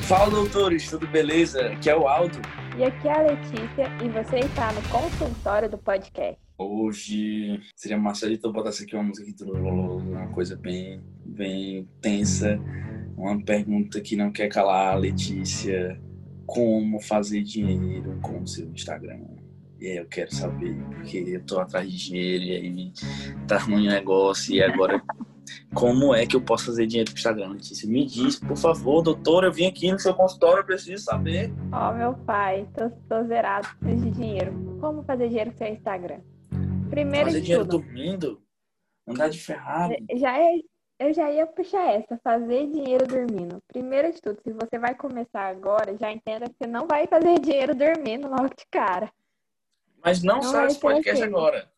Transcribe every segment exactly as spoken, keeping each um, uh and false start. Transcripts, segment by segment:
Fala, doutores, tudo beleza? Aqui é o Aldo. E aqui é a Letícia e você está no consultório do podcast. Hoje seria massa de eu botar aqui uma música aqui, uma coisa bem, bem tensa. Uma pergunta que não quer calar, Letícia. Como fazer dinheiro com o seu Instagram? E aí eu quero saber, porque eu tô atrás de dinheiro e aí tá ruim o negócio e agora... Como é que eu posso fazer dinheiro com o Instagram, Letícia? Me diz, por favor, doutora, eu vim aqui no seu consultório, eu preciso saber. Ó, oh, meu pai, tô, tô zerado, preciso de dinheiro. Como fazer dinheiro com seu Instagram? Primeiro fazer de dinheiro tudo, dormindo? Andar de Ferrari? Já é, eu já ia puxar essa, fazer dinheiro dormindo. Primeiro de tudo, se você vai começar agora, já entenda que você não vai fazer dinheiro dormindo logo de cara. Mas não, não sai esse podcast assim. Agora.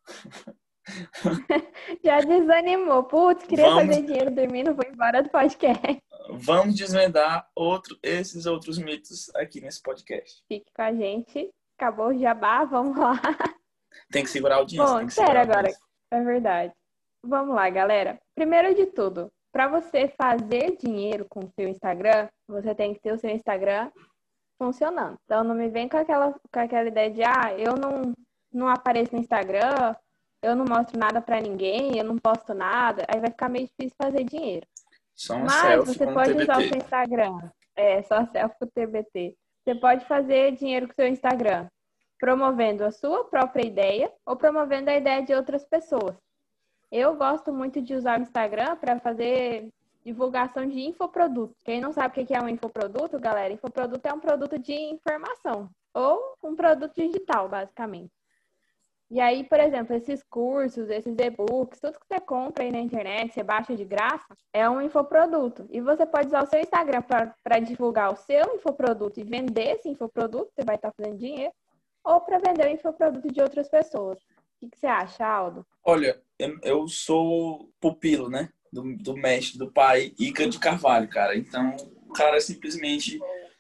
Já desanimou. Putz, queria Vamos... fazer dinheiro dormindo, vou embora do podcast. Vamos desvendar outro, esses outros mitos aqui nesse podcast. Fique com a gente. Acabou o jabá, vamos lá. Tem que segurar a audiência. Bom, tem que sério agora, é verdade. Vamos lá, galera. Primeiro de tudo, para você fazer dinheiro com o seu Instagram, você tem que ter o seu Instagram funcionando. Então, não me vem com aquela, com aquela ideia de, ah, eu não, não apareço no Instagram, eu não mostro nada pra ninguém, eu não posto nada, aí vai ficar meio difícil fazer dinheiro. Só uma Mas você pode usar o seu Instagram. É, só selfie com T B T. Você pode fazer dinheiro com o seu Instagram, promovendo a sua própria ideia ou promovendo a ideia de outras pessoas. Eu gosto muito de usar o Instagram para fazer divulgação de infoprodutos. Quem não sabe o que é um infoproduto, galera, infoproduto é um produto de informação ou um produto digital, basicamente. E aí, por exemplo, esses cursos, esses e-books, tudo que você compra aí na internet, você baixa de graça, é um infoproduto. E você pode usar o seu Instagram para divulgar o seu infoproduto e vender esse infoproduto, você vai estar fazendo dinheiro, ou para vender o infoproduto de outras pessoas. O que, que você acha, Aldo? Olha, eu sou pupilo, né? Do, do mestre, do pai, Ica de Carvalho, cara. Então, o cara é simplesmente...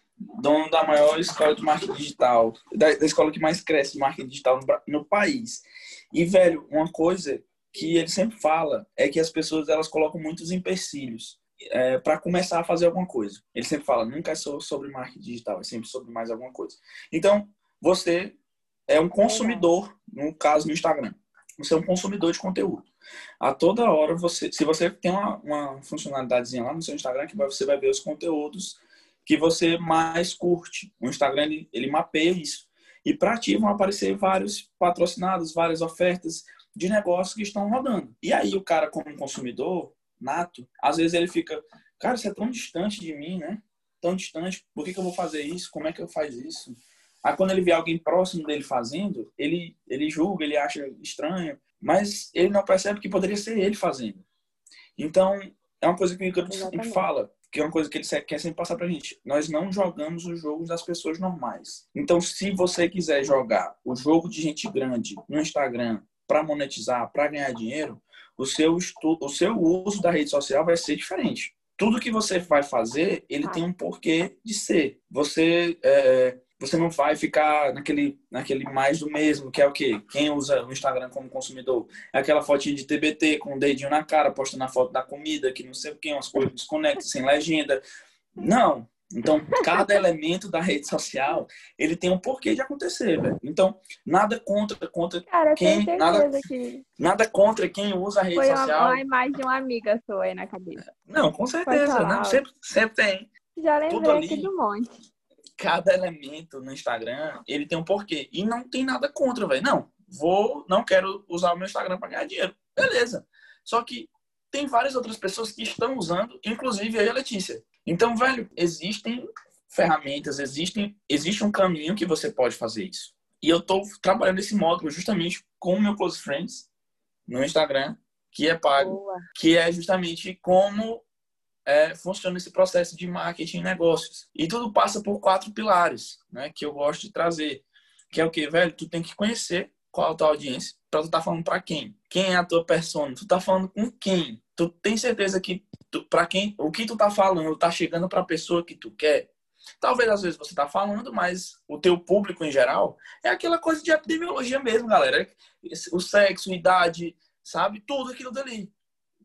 dono da maior escola de marketing digital, da, da escola que mais cresce de marketing digital no, no país. E, velho, uma coisa que ele sempre fala é que as pessoas, elas colocam muitos empecilhos é, para começar a fazer alguma coisa. Ele sempre fala, nunca é só sobre marketing digital, é sempre sobre mais alguma coisa. Então, você é um consumidor, no caso no Instagram. Você é um consumidor de conteúdo. A toda hora, você, se você tem uma, uma funcionalidadezinha lá no seu Instagram, que você vai ver os conteúdos que você mais curte. O Instagram, ele, ele mapeia isso. E para ti vão aparecer vários patrocinados, várias ofertas de negócios que estão rodando. E aí o cara, como consumidor nato, às vezes ele fica, cara, isso é tão distante de mim, né? Tão distante, por que que eu vou fazer isso? Como é que eu faço isso? Aí quando ele vê alguém próximo dele fazendo, ele, ele julga, ele acha estranho, mas ele não percebe que poderia ser ele fazendo. Então, é uma coisa que o Ícaro sempre fala, que é uma coisa que ele quer sempre passar pra gente. Nós não jogamos os jogos das pessoas normais. Então, se você quiser jogar o jogo de gente grande no Instagram para monetizar, para ganhar dinheiro, o seu, estudo, o seu uso da rede social vai ser diferente. Tudo que você vai fazer, ele tem um porquê de ser. Você... É, Você não vai ficar naquele, naquele mais do mesmo, que é o quê? Quem usa o Instagram como consumidor? É aquela fotinha de T B T com o dedinho na cara, postando a foto da comida, que não sei o quê, umas coisas desconectadas, sem legenda. Não. Então, cada elemento da rede social, ele tem um porquê de acontecer, velho. Então, nada contra, contra Cara, quem... Nada, que nada contra quem usa a rede foi social. Foi uma, uma imagem de uma amiga sua aí na cabeça. Não, com certeza. Não, sempre, sempre tem. Já lembrei Tudo ali, aqui do monte. Cada elemento no Instagram, ele tem um porquê. E não tem nada contra, velho. Não, vou, não quero usar o meu Instagram para ganhar dinheiro. Beleza. Só que tem várias outras pessoas que estão usando, inclusive eu e a Letícia. Então, velho, existem ferramentas, existem, existe um caminho que você pode fazer isso. E eu tô trabalhando esse módulo justamente com o meu Close Friends no Instagram, que é pago, Boa. que é justamente como... É, funciona esse processo de marketing e negócios. E tudo passa por quatro pilares, né, que eu gosto de trazer. Que é o que, velho? Tu tem que conhecer qual é a tua audiência, pra tu tá falando pra quem. Quem é a tua persona? Tu tá falando com quem? Tu tem certeza que tu, pra quem, o que tu tá falando tá chegando pra pessoa que tu quer? Talvez às vezes você tá falando, mas o teu público em geral é aquela coisa de epidemiologia mesmo, galera. O sexo, idade, sabe? Tudo aquilo dali.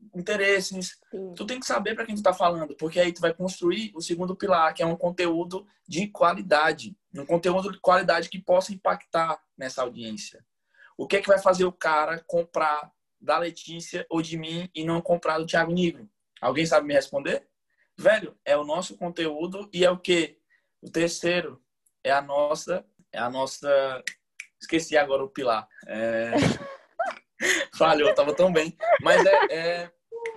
interesses. Sim. Tu tem que saber para quem tu tá falando, porque aí tu vai construir o segundo pilar, que é um conteúdo de qualidade. Um conteúdo de qualidade que possa impactar nessa audiência. O que é que vai fazer o cara comprar da Letícia ou de mim e não comprar do Thiago Nigro? Alguém sabe me responder? Velho, é o nosso conteúdo e é o quê? O terceiro é a nossa... É a nossa... Esqueci agora o pilar. É... Falhou, tava tão bem. Mas é... é...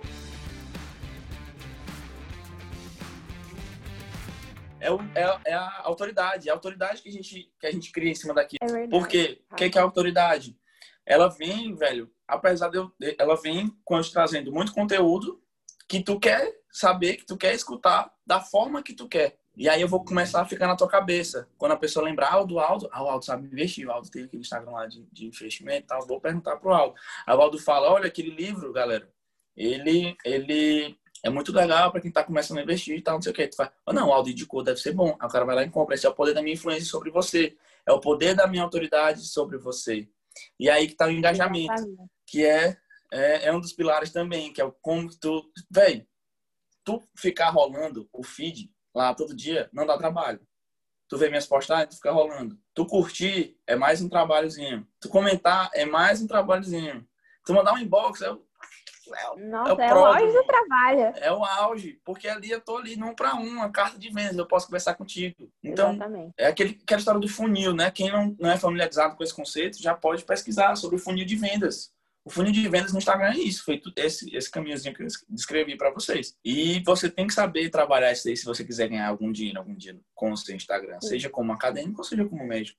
É, o, é, é a autoridade. É a autoridade que a gente, que a gente cria em cima daquilo. É verdade. Por quê? O que é, que é a autoridade? Ela vem, velho, apesar de eu... Ela vem com eu trazendo muito conteúdo que tu quer saber, que tu quer escutar da forma que tu quer. E aí eu vou começar a ficar na tua cabeça. Quando a pessoa lembrar, ah, do Aldo, ah, o Aldo sabe investir, o Aldo tem aquele Instagram lá de, de investimento e tal, vou perguntar pro Aldo. Aí o Aldo fala, olha, aquele livro, galera, ele, ele é muito legal para quem tá começando a investir e tal, não sei o que. Tu fala, oh, não, o Aldo indicou, deve ser bom. Aí o cara vai lá e compra. Esse é o poder da minha influência sobre você. É o poder da minha autoridade sobre você. E aí que tá o engajamento, que é, é, é um dos pilares também, que é o como tu... Véi, tu ficar rolando o feed lá todo dia não dá trabalho. Tu vê minhas postagens, tu fica rolando. Tu curtir é mais um trabalhozinho. Tu comentar é mais um trabalhozinho. Tu mandar um inbox é o, é o, Nossa, é é o auge do trabalho. É o auge, porque ali eu tô ali num para um, uma carta de vendas, eu posso conversar contigo. Então, exatamente. é aquele, aquela história do funil, né? Quem não, não é familiarizado com esse conceito já pode pesquisar sobre o funil de vendas. O funil de vendas no Instagram é isso, foi esse, esse caminhozinho que eu descrevi para vocês. E você tem que saber trabalhar isso aí se você quiser ganhar algum dinheiro, algum dia com o seu Instagram, Sim. seja como acadêmico ou seja como médico.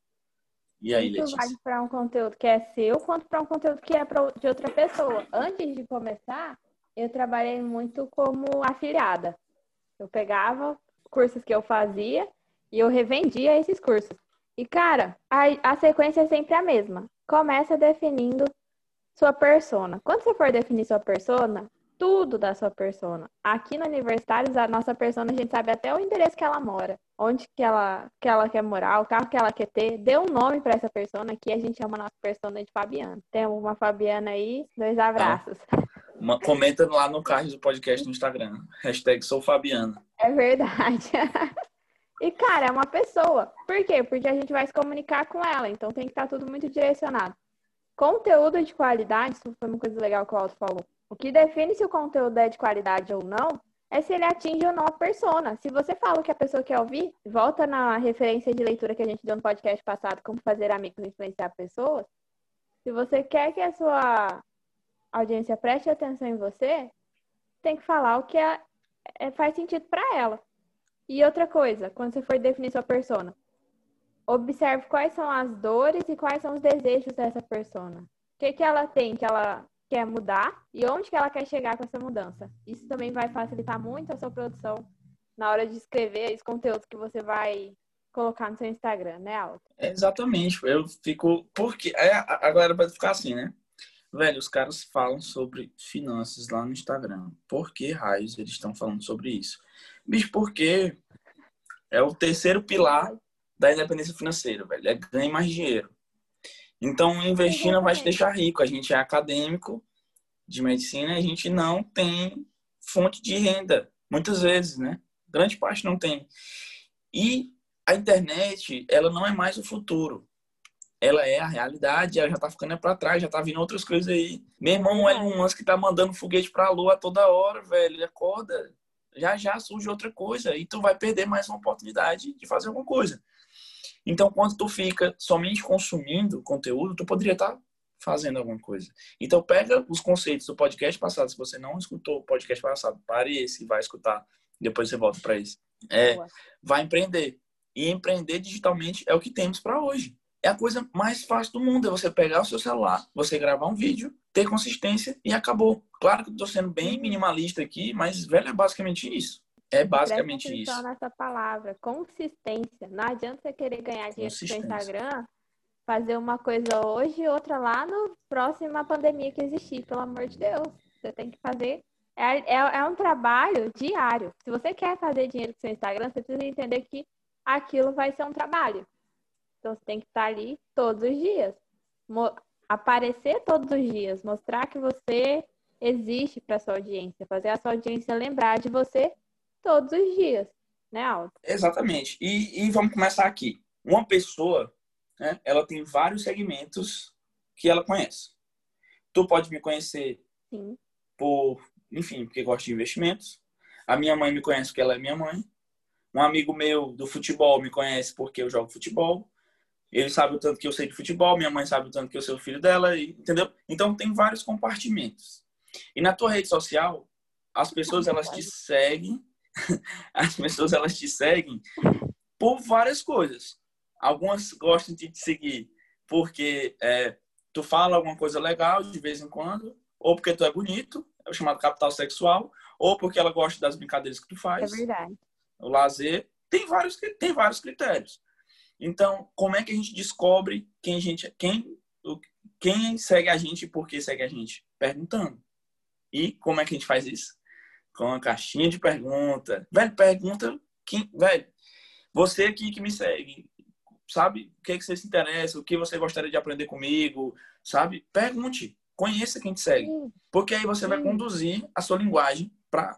E aí, isso Letícia? vale para um conteúdo que é seu, quanto para um conteúdo que é pra, de outra pessoa. Antes de começar, eu trabalhei muito como afiliada. Eu pegava cursos que eu fazia e eu revendia esses cursos. E, cara, a, a sequência é sempre a mesma. Começa definindo sua persona. Quando você for definir sua persona, tudo da sua persona. Aqui no Universitários, a nossa persona, a gente sabe até o endereço que ela mora, onde que ela, que ela quer morar, o carro que ela quer ter. Dê um nome para essa persona, que a gente chama a nossa persona de Fabiana. Tem uma Fabiana aí, dois abraços. Uma, comenta lá no card do podcast no Instagram. Hashtag sou Fabiana. É verdade. E, cara, é uma pessoa. Por quê? Porque a gente vai se comunicar com ela, então tem que estar tudo muito direcionado. Conteúdo de qualidade, isso foi uma coisa legal que o Alto falou. O que define se o conteúdo é de qualidade ou não é se ele atinge ou não a persona. Se você fala o que a pessoa quer ouvir, volta na referência de leitura que a gente deu no podcast passado, como fazer amigos e influenciar pessoas. Se você quer que a sua audiência preste atenção em você, tem que falar o que é, é, faz sentido para ela. E outra coisa, quando você for definir sua persona, observe quais são as dores e quais são os desejos dessa persona. O que, que ela tem que ela quer mudar e onde que ela quer chegar com essa mudança. Isso também vai facilitar muito a sua produção na hora de escrever os conteúdos que você vai colocar no seu Instagram, né, Alto? É, exatamente. Eu fico... Porque é, a galera pode ficar assim, né? Velho, os caras falam sobre finanças lá no Instagram. Por que raios eles estão falando sobre isso? Bicho, porque é o terceiro pilar da independência financeira, velho. É ganhar mais dinheiro. Então, investir não vai te deixar rico. A gente é acadêmico de medicina e a gente não tem fonte de renda. Muitas vezes, né? Grande parte não tem. E a internet, ela não é mais o futuro. Ela é a realidade, ela já tá ficando para trás, já tá vindo outras coisas aí. Meu irmão, o Elon Musk tá mandando foguete pra lua toda hora, velho. Acorda. Já já surge outra coisa e tu vai perder mais uma oportunidade de fazer alguma coisa. Então, quando tu fica somente consumindo conteúdo, tu poderia estar fazendo alguma coisa. Então, pega os conceitos do podcast passado. Se você não escutou o podcast passado, pare esse e vai escutar. Depois você volta para esse. É, vai empreender. E empreender digitalmente é o que temos para hoje. É a coisa mais fácil do mundo. É você pegar o seu celular, você gravar um vídeo, ter consistência e acabou. Claro que eu tô sendo bem minimalista aqui, mas, velho, é basicamente isso. É basicamente Presta atenção isso. nessa palavra, consistência. Não adianta você querer ganhar dinheiro no seu Instagram, fazer uma coisa hoje e outra lá na próxima pandemia que existir, pelo amor de Deus. Você tem que fazer. É, é, é um trabalho diário. Se você quer fazer dinheiro com seu Instagram, você precisa entender que aquilo vai ser um trabalho. Então você tem que estar ali todos os dias. Mo- aparecer todos os dias, mostrar que você existe para sua audiência, fazer a sua audiência lembrar de você todos os dias, né, Aldo? Exatamente. E, e vamos começar aqui. Uma pessoa, né, ela tem vários segmentos que ela conhece. Tu pode me conhecer Sim. por, enfim, porque gosta de investimentos. A minha mãe me conhece porque ela é minha mãe. Um amigo meu do futebol me conhece porque eu jogo futebol. Ele sabe o tanto que eu sei de futebol, minha mãe sabe o tanto que eu sou filho dela, entendeu? Então tem vários compartimentos. E na tua rede social, as pessoas elas te seguem, as pessoas elas te seguem por várias coisas. Algumas gostam de te seguir porque é, tu fala alguma coisa legal de vez em quando, ou porque tu é bonito, é o chamado capital sexual, ou porque ela gosta das brincadeiras que tu É faz, verdade. o lazer. Tem vários, tem vários critérios. Então, como é que a gente descobre quem a gente, quem, quem segue a gente e por que segue a gente? Perguntando. E como é que a gente faz isso? Com uma caixinha de pergunta. Velho, pergunta quem, velho, você aqui que me segue, sabe? O que é que você se interessa? O que você gostaria de aprender comigo? Sabe? Pergunte. Conheça quem te segue. Porque aí você vai conduzir a sua linguagem para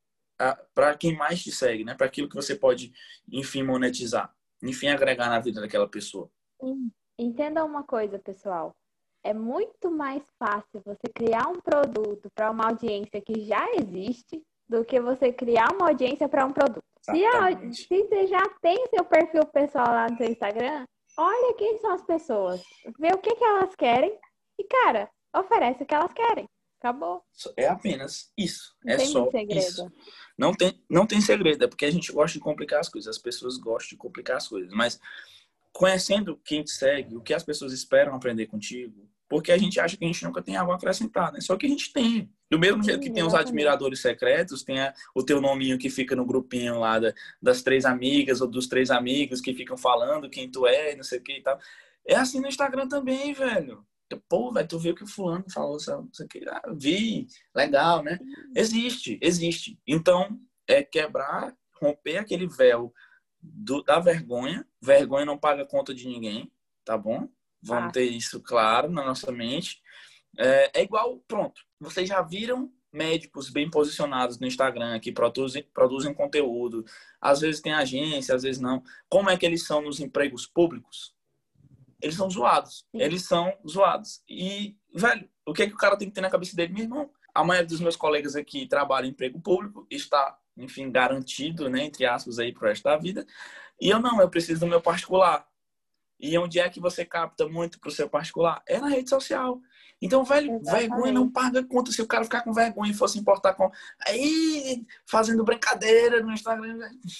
para quem mais te segue, né? Para aquilo que você pode, enfim, monetizar. Enfim, agregar na vida daquela pessoa. Entenda uma coisa, pessoal. É muito mais fácil você criar um produto para uma audiência que já existe do que você criar uma audiência para um produto. Se, a, se você já tem seu perfil pessoal lá no seu Instagram, olha quem são as pessoas, vê o que, que elas querem e, cara, oferece o que elas querem. Acabou. É apenas isso. Não é tem só muito segredo. Isso. Não tem, não tem segredo. É porque a gente gosta de complicar as coisas. As pessoas gostam de complicar as coisas. Mas conhecendo quem te segue, o que as pessoas esperam aprender contigo, porque a gente acha que a gente nunca tem algo a acrescentar, né? Só que a gente tem. Do mesmo jeito que Sim, tem os exatamente. admiradores secretos, tem a, o teu nominho que fica no grupinho lá da, das três amigas ou dos três amigos que ficam falando quem tu é, não sei o que e tal. É assim no Instagram também, velho. Pô, velho, tu viu que o fulano falou isso aqui? Ah, vi, legal, né? Existe, existe. Então, é quebrar, romper aquele véu do, da vergonha. Vergonha não paga conta de ninguém, tá bom? Vamos Ah. ter isso claro na nossa mente. É, é igual, pronto. Vocês já viram médicos bem posicionados no Instagram que produzem, produzem conteúdo. Às vezes tem agência, às vezes não. Como é que eles são nos empregos públicos? Eles são zoados. Sim. Eles são zoados. E, velho, o que é que o cara tem que ter na cabeça dele? Meu irmão, a maioria dos meus colegas aqui trabalham em emprego público, está, enfim, garantido, né, entre aspas, aí pro resto da vida. E eu não, eu preciso do meu particular. E onde é que você capta muito pro seu particular? É na rede social. Então, velho, Exatamente. Vergonha não paga conta. Se o cara ficar com vergonha e for se importar com... Aí, fazendo brincadeira no Instagram...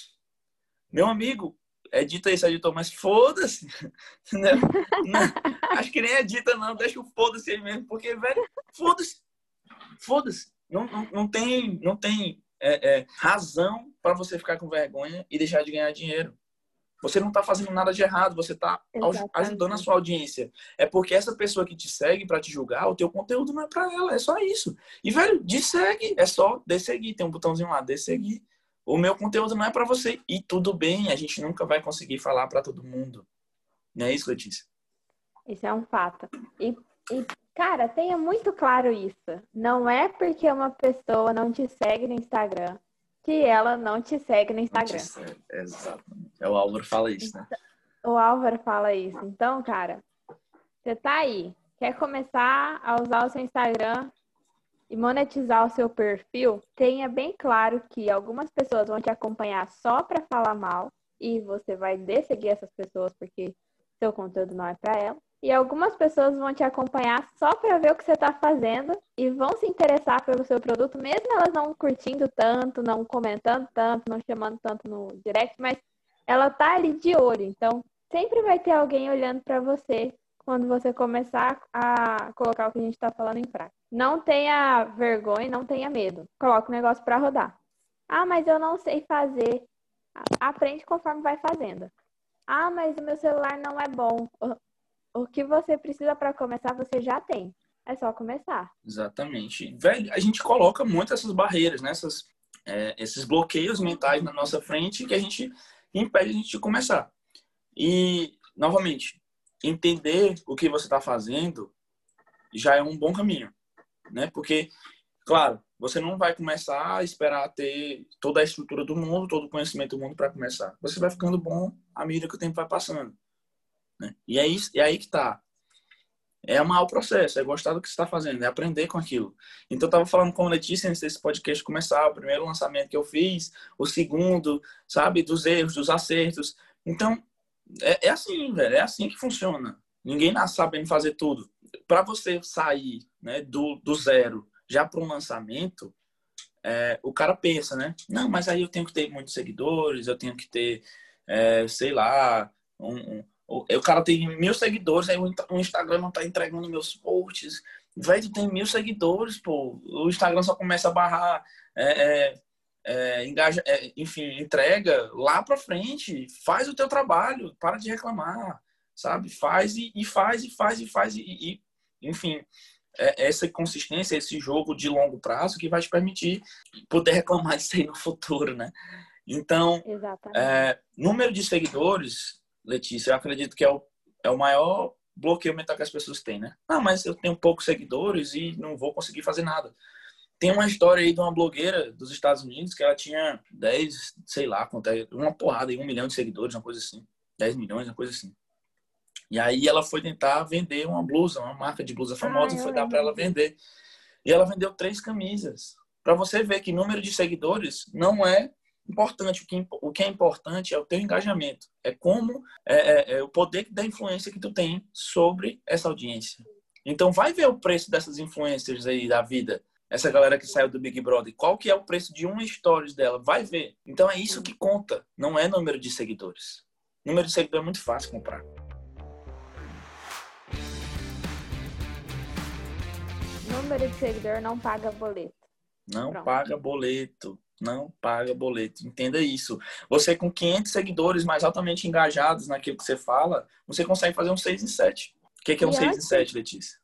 Meu amigo, edita isso, editor, mas foda-se. Não, não, acho que nem edita, não. Deixa o foda-se aí mesmo. Porque, velho, foda-se. Foda-se. Não, não, não tem, não tem é, é, razão para você ficar com vergonha e deixar de ganhar dinheiro. Você não está fazendo nada de errado, você está ajudando a sua audiência. É porque essa pessoa que te segue para te julgar, o teu conteúdo não é para ela, é só isso. E, velho, dessegue, é só desseguir, tem um botãozinho lá, desseguir. O meu conteúdo não é para você. E tudo bem, a gente nunca vai conseguir falar para todo mundo. Não é isso, Letícia? Isso é um fato. E, e, cara, tenha muito claro isso. Não é porque uma pessoa não te segue no Instagram que ela não te segue no Instagram. Exatamente. É, o Álvaro fala isso, né? O Álvaro fala isso. Então, cara, você tá aí, quer começar a usar o seu Instagram e monetizar o seu perfil, tenha bem claro que algumas pessoas vão te acompanhar só para falar mal e você vai desseguir essas pessoas porque seu conteúdo não é para ela. E algumas pessoas vão te acompanhar só para ver o que você está fazendo e vão se interessar pelo seu produto, mesmo elas não curtindo tanto, não comentando tanto, não chamando tanto no direct, mas ela tá ali de olho. Então, sempre vai ter alguém olhando para você quando você começar a colocar o que a gente está falando em prática. Não tenha vergonha, não tenha medo. Coloca o negócio para rodar. Ah, mas eu não sei fazer. Aprende conforme vai fazendo. Ah, mas o meu celular não é bom. O que você precisa para começar, você já tem. É só começar. Exatamente. Velho, a gente coloca muito essas barreiras, né? Essas, é, esses bloqueios mentais na nossa frente que a gente impede a gente de começar. E, novamente, entender o que você está fazendo já é um bom caminho, né? Porque Claro, você não vai começar a esperar ter toda a estrutura do mundo, todo o conhecimento do mundo para começar. Você vai ficando bom à medida que o tempo vai passando, né? E é, isso, é aí que tá. É amar o processo, é gostar do que você está fazendo, é aprender com aquilo. Então, eu estava falando com a Letícia antes desse podcast começar, o primeiro lançamento que eu fiz, o segundo, sabe, dos erros, dos acertos. Então, é, é assim, velho, é assim que funciona. Ninguém nasce sabendo fazer tudo. Para você sair, né, do, do zero já para um lançamento, é, o cara pensa, né? Não, mas aí eu tenho que ter muitos seguidores, eu tenho que ter, é, sei lá, um, um, o, o cara tem mil seguidores, aí o Instagram não tá entregando meus posts. Velho, tu tem mil seguidores, pô. O Instagram só começa a barrar, é, é, é, engaja, é, enfim, entrega lá pra frente. Faz o teu trabalho, para de reclamar, sabe? Faz e, e faz, e faz, e faz, e, e enfim, é essa consistência, esse jogo de longo prazo que vai te permitir poder reclamar disso aí no futuro, né? Então, é, número de seguidores, Letícia, eu acredito que é o, é o maior bloqueio mental que as pessoas têm, né? Ah, mas eu tenho poucos seguidores e não vou conseguir fazer nada. Tem uma história aí de uma blogueira dos Estados Unidos que ela tinha dez, sei lá, uma porrada aí, um milhão de seguidores, uma coisa assim. dez milhões, uma coisa assim. E aí ela foi tentar vender uma blusa, uma marca de blusa famosa, ah, foi dar para ela vender. E ela vendeu três camisas. Para você ver que número de seguidores não é importante. O que, o que é importante é o teu engajamento. É como é, é, é o poder da influência que tu tem sobre essa audiência. Então vai ver o preço dessas influencers aí da vida. Essa galera que saiu do Big Brother. Qual que é o preço de uma stories dela? Vai ver. Então é isso que conta. Não é número de seguidores. Número de seguidores é muito fácil comprar. Número de seguidor não paga boleto. Não Pronto. paga boleto. Não paga boleto. Entenda isso. Você com quinhentos seguidores mais altamente engajados naquilo que você fala, você consegue fazer um seis em sete. O que é, que é um seis em sete, Letícia?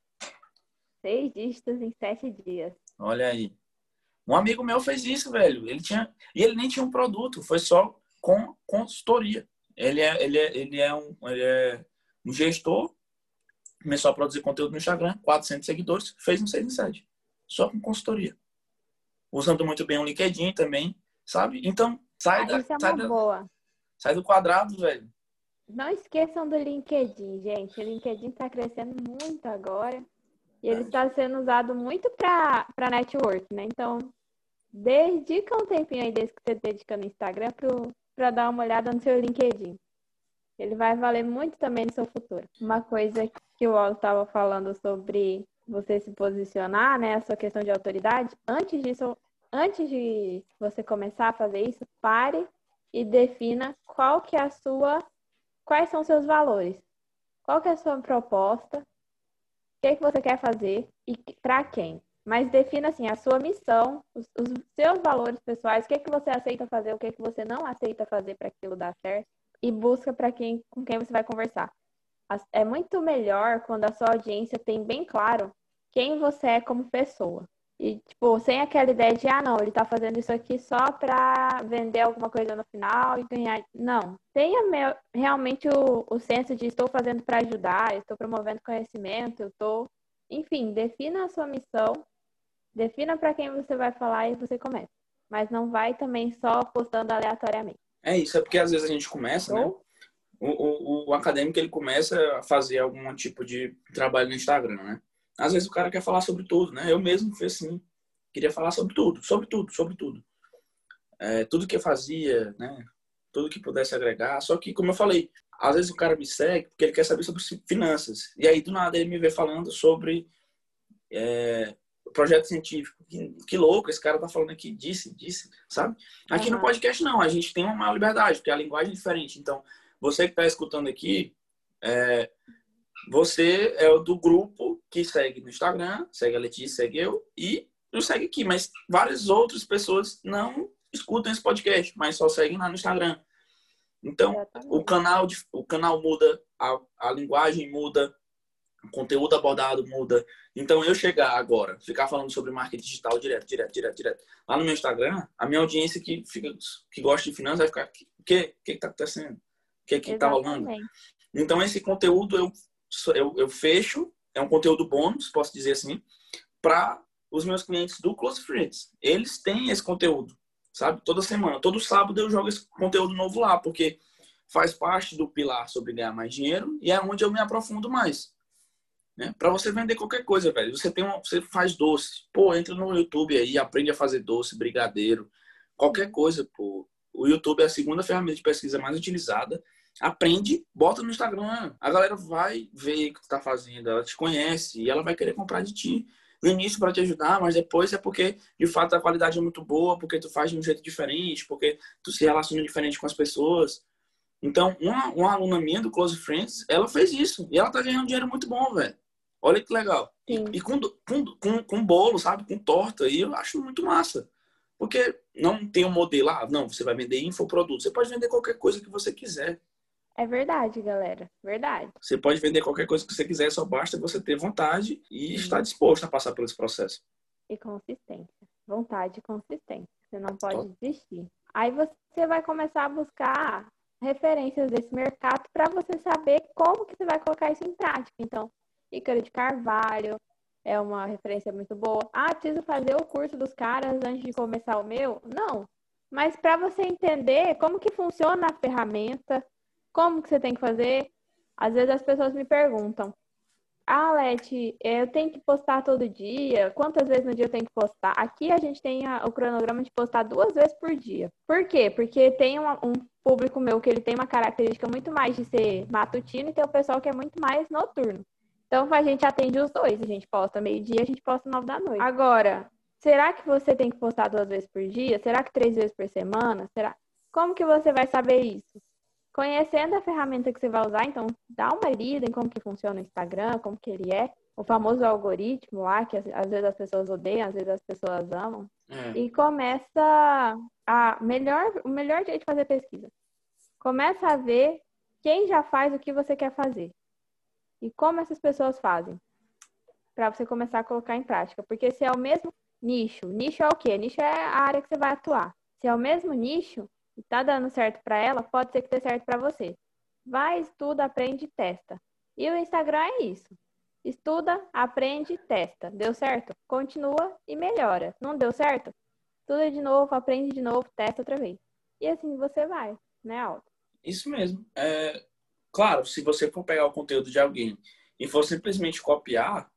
Seis dígitos em sete dias. Olha aí. Um amigo meu fez isso, velho. Ele tinha... E ele nem tinha um produto. Foi só com consultoria. Ele é, ele é, ele é, um, ele é um gestor. Começou a produzir conteúdo no Instagram. quatrocentos seguidores. Fez um seis em sete. Só com consultoria. Usando muito bem o LinkedIn também, sabe? Então, sai, ah, da, isso é sai, uma da, boa. sai do quadrado, velho. Não esqueçam do LinkedIn, gente. O LinkedIn está crescendo muito agora. E ele está sendo usado muito para network, né? Então, dedica um tempinho aí desse que você dedica no Instagram para dar uma olhada no seu LinkedIn. Ele vai valer muito também no seu futuro. Uma coisa que o Ol estava falando sobre você se posicionar, né? A sua questão de autoridade. Antes disso, antes de você começar a fazer isso, pare e defina qual que é a sua, quais são os seus valores. Qual que é a sua proposta? O que, é que você quer fazer e para quem? Mas defina assim a sua missão, os, os seus valores pessoais, o que, é que você aceita fazer, o que, é que você não aceita fazer para aquilo dar certo. E busca para quem, com quem você vai conversar. É muito melhor quando a sua audiência tem bem claro quem você é como pessoa. E, tipo, sem aquela ideia de, ah, não, ele tá fazendo isso aqui só para vender alguma coisa no final e ganhar. Não. Tenha meu, realmente o, o senso de estou fazendo para ajudar, estou promovendo conhecimento, eu estou... Enfim, defina a sua missão, defina para quem você vai falar e você começa. Mas não vai também só postando aleatoriamente. É isso, é porque às vezes a gente começa, né? O, o, o acadêmico, ele começa a fazer algum tipo de trabalho no Instagram, né? Às vezes o cara quer falar sobre tudo, né? Eu mesmo fiz assim, queria falar sobre tudo, sobre tudo, sobre tudo. É, tudo que eu fazia, né? Tudo que pudesse agregar. Só que, como eu falei, às vezes o cara me segue porque ele quer saber sobre finanças. E aí, do nada, ele me vê falando sobre é, projeto científico. Que, que louco, esse cara tá falando aqui, disse, disse, sabe? Aqui uhum. No podcast, não. A gente tem uma maior liberdade, porque a linguagem é diferente. Então, você que está escutando aqui, é, você é o do grupo que segue no Instagram, segue a Letícia, segue eu, e eu segue aqui. Mas várias outras pessoas não escutam esse podcast, mas só seguem lá no Instagram. Então, o canal, de, o canal muda, a, a linguagem muda, o conteúdo abordado muda. Então, eu chegar agora, ficar falando sobre marketing digital direto, direto, direto, direto, lá no meu Instagram, a minha audiência que, fica, que gosta de finanças vai ficar, o que que está acontecendo? O que que está rolando? Então, esse conteúdo eu, eu, eu fecho, é um conteúdo bônus, posso dizer assim, para os meus clientes do Close Friends. Eles têm esse conteúdo, sabe? Toda semana. Todo sábado eu jogo esse conteúdo novo lá, porque faz parte do pilar sobre ganhar mais dinheiro e é onde eu me aprofundo mais. Né? Para você vender qualquer coisa, velho. Você tem uma, você faz doce. Pô, entra no YouTube aí, aprende a fazer doce, brigadeiro, qualquer coisa, pô. O YouTube é a segunda ferramenta de pesquisa mais utilizada. Aprende, bota no Instagram. A galera vai ver o que tu tá fazendo, ela te conhece e ela vai querer comprar de ti. No início para te ajudar, mas depois é porque, de fato, a qualidade é muito boa, porque tu faz de um jeito diferente, porque tu se relaciona diferente com as pessoas. Então, uma, uma aluna minha do Close Friends, ela fez isso. E ela tá ganhando dinheiro muito bom, velho. Olha que legal. E, e com, com, com, com bolo, sabe? Com torta. E eu acho muito massa. Porque não tem um modelo. Ah, não, você vai vender infoproduto. Você pode vender qualquer coisa que você quiser. É verdade, galera. Verdade. Você pode vender qualquer coisa que você quiser. Só basta você ter vontade e Sim. estar disposto a passar por esse processo. E consistência. Vontade e consistência. Você não pode Tô. desistir. Aí você vai começar a buscar referências desse mercado para você saber como que você vai colocar isso em prática. Então, Ícaro de Carvalho é uma referência muito boa. Ah, preciso fazer o curso dos caras antes de começar o meu? Não. Mas para você entender como que funciona a ferramenta, como que você tem que fazer, às vezes as pessoas me perguntam: ah, Leti, eu tenho que postar todo dia? Quantas vezes no dia eu tenho que postar? Aqui a gente tem a, o cronograma de postar duas vezes por dia. Por quê? Porque tem uma, um público meu que ele tem uma característica muito mais de ser matutino e tem o pessoal que é muito mais noturno. Então, a gente atende os dois. A gente posta meio-dia, a gente posta nove da noite. Agora, será que você tem que postar duas vezes por dia? Será que três vezes por semana? Será? Como que você vai saber isso? Conhecendo a ferramenta que você vai usar, então dá uma lida em como que funciona o Instagram, como que ele é, o famoso algoritmo lá, que às vezes as pessoas odeiam, às vezes as pessoas amam, é. E começa a melhor, o melhor jeito de fazer pesquisa. Começa a ver quem já faz o que você quer fazer e como essas pessoas fazem, para você começar a colocar em prática. Porque se é o mesmo nicho, nicho é o quê? Nicho é a área que você vai atuar. Se é o mesmo nicho, e tá dando certo para ela, pode ser que dê certo para você. Vai, estuda, aprende e testa. E o Instagram é isso. Estuda, aprende e testa. Deu certo? Continua e melhora. Não deu certo? Estuda de novo, aprende de novo, testa outra vez. E assim você vai, né, Aldo? Isso mesmo. É, claro, se você for pegar o conteúdo de alguém e for simplesmente copiar,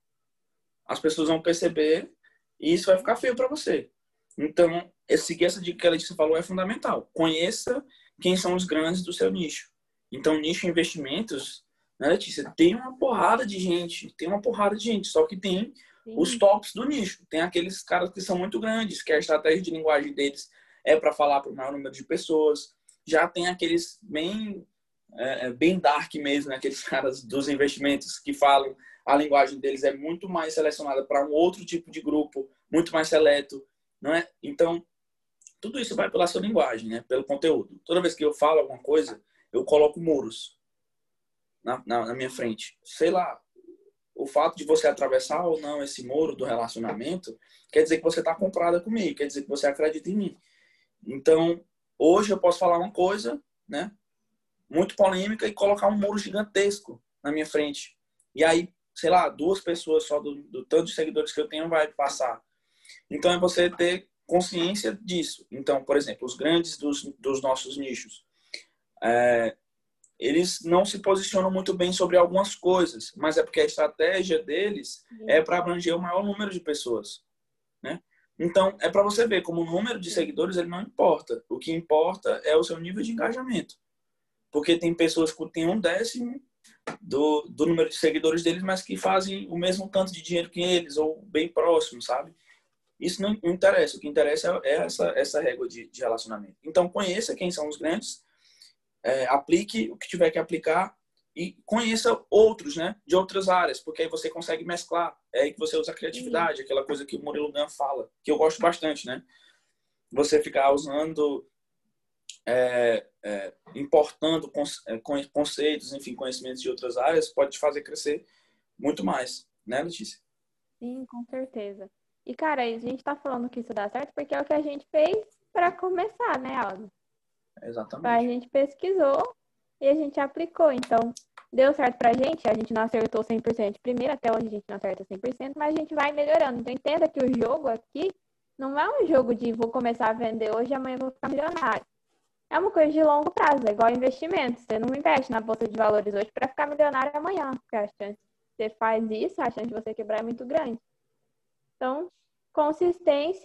as pessoas vão perceber e isso vai ficar feio para você. Então, seguir essa dica que a Letícia falou é fundamental. Conheça quem são os grandes do seu nicho. Então, nicho de investimentos, né, Letícia, tem uma porrada de gente, tem uma porrada de gente, só que tem Sim. os tops do nicho. Tem aqueles caras que são muito grandes, que a estratégia de linguagem deles é para falar para o maior número de pessoas. Já tem aqueles bem, é, bem dark mesmo, né, aqueles caras dos investimentos que falam a linguagem deles é muito mais selecionada para um outro tipo de grupo, muito mais seleto. Não é? Então, tudo isso vai pela sua linguagem, né? Pelo conteúdo. Toda vez que eu falo alguma coisa, eu coloco muros na, na, na minha frente. Sei lá, o fato de você atravessar ou não esse muro do relacionamento quer dizer que você está comprada comigo, quer dizer que você acredita em mim. Então, hoje eu posso falar uma coisa, né? Muito polêmica e colocar um muro gigantesco na minha frente. E aí, sei lá, duas pessoas só do, do tanto de seguidores que eu tenho vai passar. Então, é você ter consciência disso. Então, por exemplo, os grandes dos, dos nossos nichos, é, eles não se posicionam muito bem sobre algumas coisas, mas é porque a estratégia deles é para abranger o maior número de pessoas, né? Então, é para você ver como o número de seguidores ele não importa. O que importa é o seu nível de engajamento. Porque tem pessoas que têm um décimo do, do número de seguidores deles, mas que fazem o mesmo tanto de dinheiro que eles, ou bem próximo, sabe? Isso não interessa. O que interessa é essa, essa régua de, de relacionamento. Então, conheça quem são os grandes, é, aplique o que tiver que aplicar e conheça outros, né, de outras áreas, porque aí você consegue mesclar. É aí que você usa a criatividade, Sim. aquela coisa que o Murilo Gun fala, que eu gosto bastante, né? Você ficar usando, é, é, importando conceitos, enfim, conhecimentos de outras áreas, pode te fazer crescer muito mais, né, Letícia? Sim, com certeza. E, cara, a gente tá falando que isso dá certo porque é o que a gente fez para começar, né, Aldo? Exatamente. A gente pesquisou e a gente aplicou. Então, deu certo pra gente, a gente não acertou cem por cento de primeira, até hoje a gente não acerta cem por cento, mas a gente vai melhorando. Então entenda que o jogo aqui não é um jogo de vou começar a vender hoje e amanhã eu vou ficar milionário. É uma coisa de longo prazo, é igual investimento. Você não investe na bolsa de valores hoje para ficar milionário amanhã, porque a chance de você faz isso, a chance de você quebrar é muito grande. Então, consistência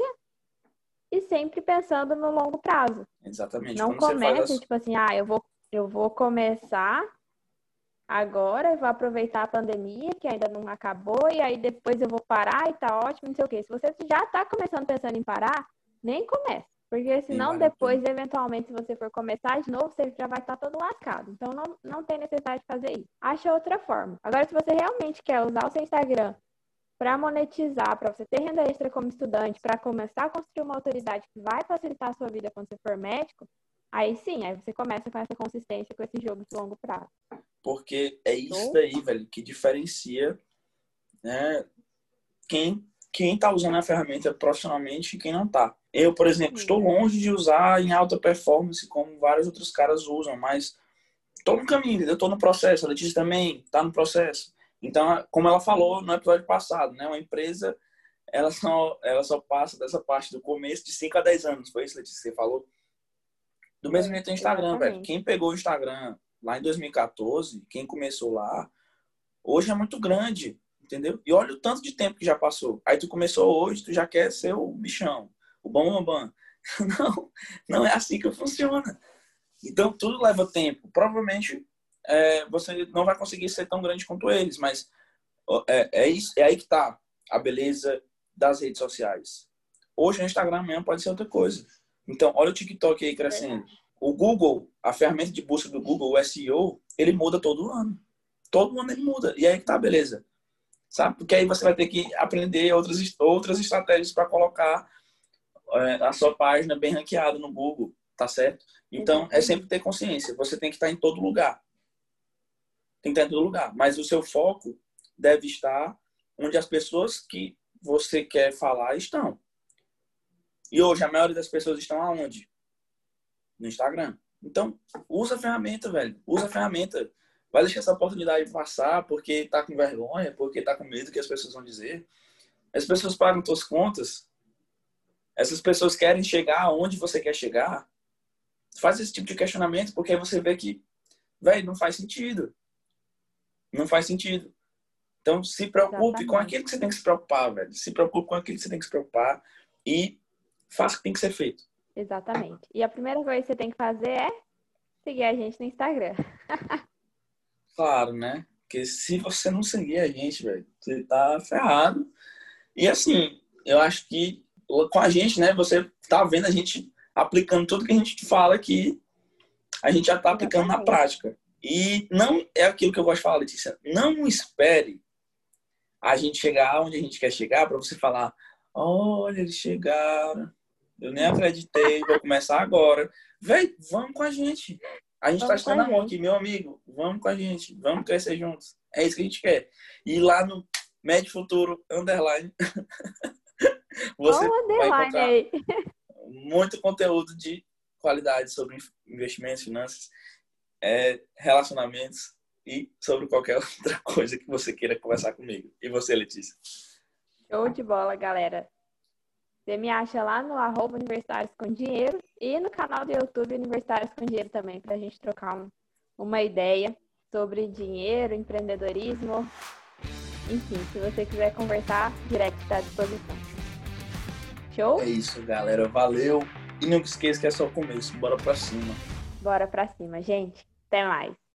e sempre pensando no longo prazo. Exatamente. Não Quando você faz comece, as... tipo assim, ah, eu vou, eu vou começar agora, eu vou aproveitar a pandemia, que ainda não acabou, e aí depois eu vou parar e tá ótimo, não sei o quê. Se você já tá começando pensando em parar, nem comece. Porque senão vale a depois, pena. eventualmente, se você for começar de novo, você já vai estar todo lascado. Então não, não tem necessidade de fazer isso. Acha outra forma. Agora, se você realmente quer usar o seu Instagram para monetizar, para você ter renda extra como estudante, para começar a construir uma autoridade que vai facilitar a sua vida quando você for médico, aí sim, aí você começa com essa consistência, com esse jogo de longo prazo. Porque é isso Show? daí, velho, que diferencia, né, quem, quem tá usando a ferramenta profissionalmente e quem não tá. Eu, por exemplo, estou longe de usar em alta performance como vários outros caras usam, mas tô no caminho, eu tô no processo, a Letícia também tá no processo. Então, como ela falou no episódio passado, né, uma empresa, ela só, ela só passa dessa parte do começo de cinco a dez anos, foi isso, Letícia, que você falou? Do mesmo jeito o Instagram, velho. Exatamente. Quem pegou o Instagram lá em dois mil e quatorze, quem começou lá, hoje é muito grande, entendeu? E olha o tanto de tempo que já passou. Aí tu começou hoje, tu já quer ser o bichão, o bam bam bam. Não, não é assim que funciona. Então tudo leva tempo. Provavelmente é, você não vai conseguir ser tão grande quanto eles, mas é, é, isso, é aí que tá a beleza das redes sociais. Hoje o Instagram amanhã pode ser outra coisa. Então, olha o TikTok aí crescendo. O Google, a ferramenta de busca do Google, o S E O, ele muda todo ano. Todo ano ele muda. E aí que tá, beleza. Sabe? Porque aí você vai ter que aprender outras, outras estratégias para colocar é, a sua página bem ranqueada no Google, tá certo? Então, é Exatamente. sempre ter consciência. Você tem que estar em todo lugar. Tem que estar em todo lugar. Mas o seu foco deve estar onde as pessoas que você quer falar estão. E hoje a maioria das pessoas estão aonde? No Instagram. Então, usa a ferramenta, velho. Usa a ferramenta. Vai deixar essa oportunidade passar porque tá com vergonha, porque tá com medo do que as pessoas vão dizer. As pessoas pagam suas contas. Essas pessoas querem chegar aonde você quer chegar. Faz esse tipo de questionamento porque aí você vê que, velho, não faz sentido. Não faz sentido. Então, se preocupe Exatamente. com aquilo que você tem que se preocupar, velho. Se preocupe com aquilo que você tem que se preocupar e faça o que tem que ser feito. Exatamente. E a primeira coisa que você tem que fazer é seguir a gente no Instagram. Claro, né? Porque se você não seguir a gente, velho, você tá ferrado. E assim, eu acho que com a gente, né? Você tá vendo a gente aplicando tudo que a gente fala aqui, a gente já tá aplicando na Exatamente. prática. E não é aquilo que eu gosto de falar, Letícia. Não espere a gente chegar onde a gente quer chegar para você falar: olha, eles chegaram. Eu nem acreditei, vou começar agora. Véi, vamos com a gente. A gente tá Vamos com a estando a mão aqui, gente. meu amigo. Vamos com a gente. Vamos crescer juntos. É isso que a gente quer. E lá no Médio Futuro Underline, Olha você o vai underline encontrar aí. muito conteúdo de qualidade sobre investimentos, finanças, é, relacionamentos e sobre qualquer outra coisa que você queira conversar comigo. E você, Letícia? Show de bola, galera. Você me acha lá no arroba Universitários com Dinheiro e no canal do YouTube Universitários com Dinheiro também, para a gente trocar um, uma ideia sobre dinheiro, empreendedorismo. Enfim, se você quiser conversar, direct está à disposição. Show? É isso, galera. Valeu. E não esqueça que é só o começo. Bora pra cima. Bora pra cima, gente. Até mais.